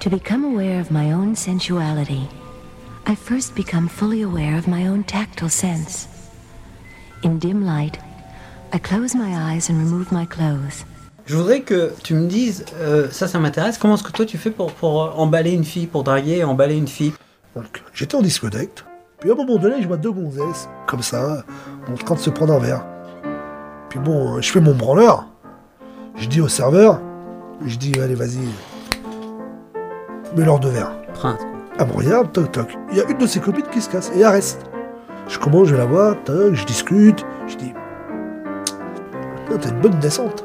To become aware of my own sensuality, I first become fully aware of my own tactile sense. In dim light, I close my eyes and remove my clothes. Je voudrais que tu me dises, ça m'intéresse, comment est-ce que toi tu fais pour emballer une fille, pour draguer et emballer une fille? Donc, j'étais en discothèque, puis à un moment donné, je vois deux gonzesses, comme ça, en train de se prendre un verre. Puis bon, je fais mon branleur, je dis au serveur, je dis, allez, vas-y, mets-leur deux verres. Prince. Elle me regarde, toc toc. Il y a une de ses copines qui se casse, et elle reste. Je commence, je vais la voir, toc, je discute, je dis, t'as une bonne descente.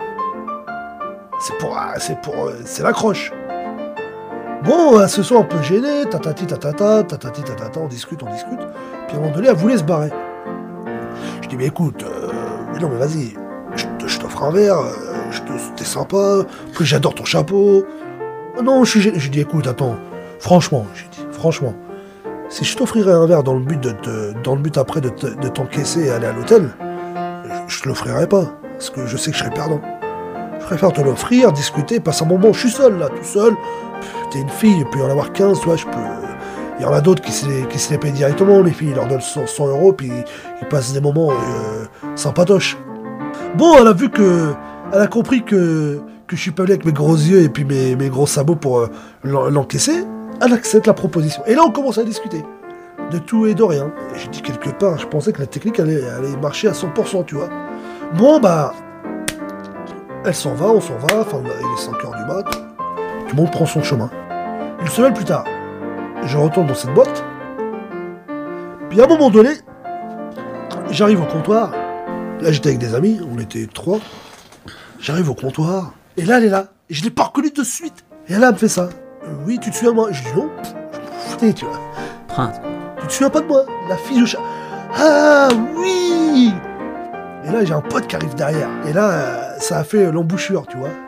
C'est l'accroche. Bon, elle se sent un peu gênée, tatati, on discute. Puis à un moment donné, elle voulait se barrer. Je dis, mais écoute, mais non, mais vas-y, je t'offre un verre, t'es sympa, que j'adore ton chapeau. Non, je suis gêné. Je dis, écoute, attends, franchement, si je t'offrirais un verre dans le but après de t'encaisser et aller à l'hôtel, je te l'offrirais pas, parce que je sais que je serais perdant. Je préfère te l'offrir, discuter, passer un moment, je suis seul là, tout seul. T'es une fille, il peut y en avoir 15, toi, il y en a d'autres qui se les payent directement, les filles, ils leur donnent 100 €, puis ils passent des moments sympatoches. Bon, elle a compris que je suis pas venu avec mes gros yeux et puis mes gros sabots pour l'encaisser. Elle accepte la proposition. Et là, on commence à discuter. De tout et de rien. Et j'ai dit quelque part, je pensais que la technique allait marcher à 100%, tu vois. Bon, bah, elle s'en va, on s'en va, enfin, il est 5h du mat'. Tout le monde prend son chemin. Une semaine plus tard, je retourne dans cette boîte. Puis à un moment donné, j'arrive au comptoir. Là, j'étais avec des amis, on était 3. J'arrive au comptoir, et là, elle est là. Et je l'ai pas reconnue de suite. Et là, elle me fait ça. Oui, tu te souviens de moi? Je dis non, je m'en foutais, tu vois. Prince. Tu te souviens pas de moi? La fille au chat. Ah oui! Et là, j'ai un pote qui arrive derrière. Et là, ça a fait l'embouchure, tu vois.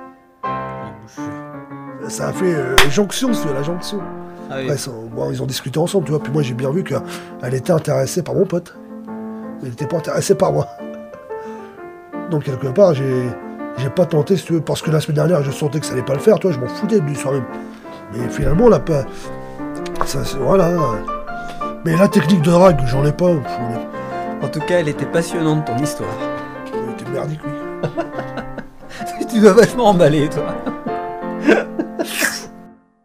Ça a fait jonction, c'est la jonction. Ah oui. Ouais, bon, ils ont discuté ensemble, tu vois. Puis moi, j'ai bien vu qu'elle était intéressée par mon pote. Mais elle n'était pas intéressée par moi. Donc, quelque part, j'ai pas tenté, si tu veux, parce que la semaine dernière, je sentais que ça allait pas le faire, tu vois. Je m'en foutais du soir même. Mais finalement, on l'a pas. Voilà. Mais la technique de drague, j'en ai pas. En tout cas, elle était passionnante, ton histoire. Elle était merdique, oui. Tu dois vachement emballer, toi.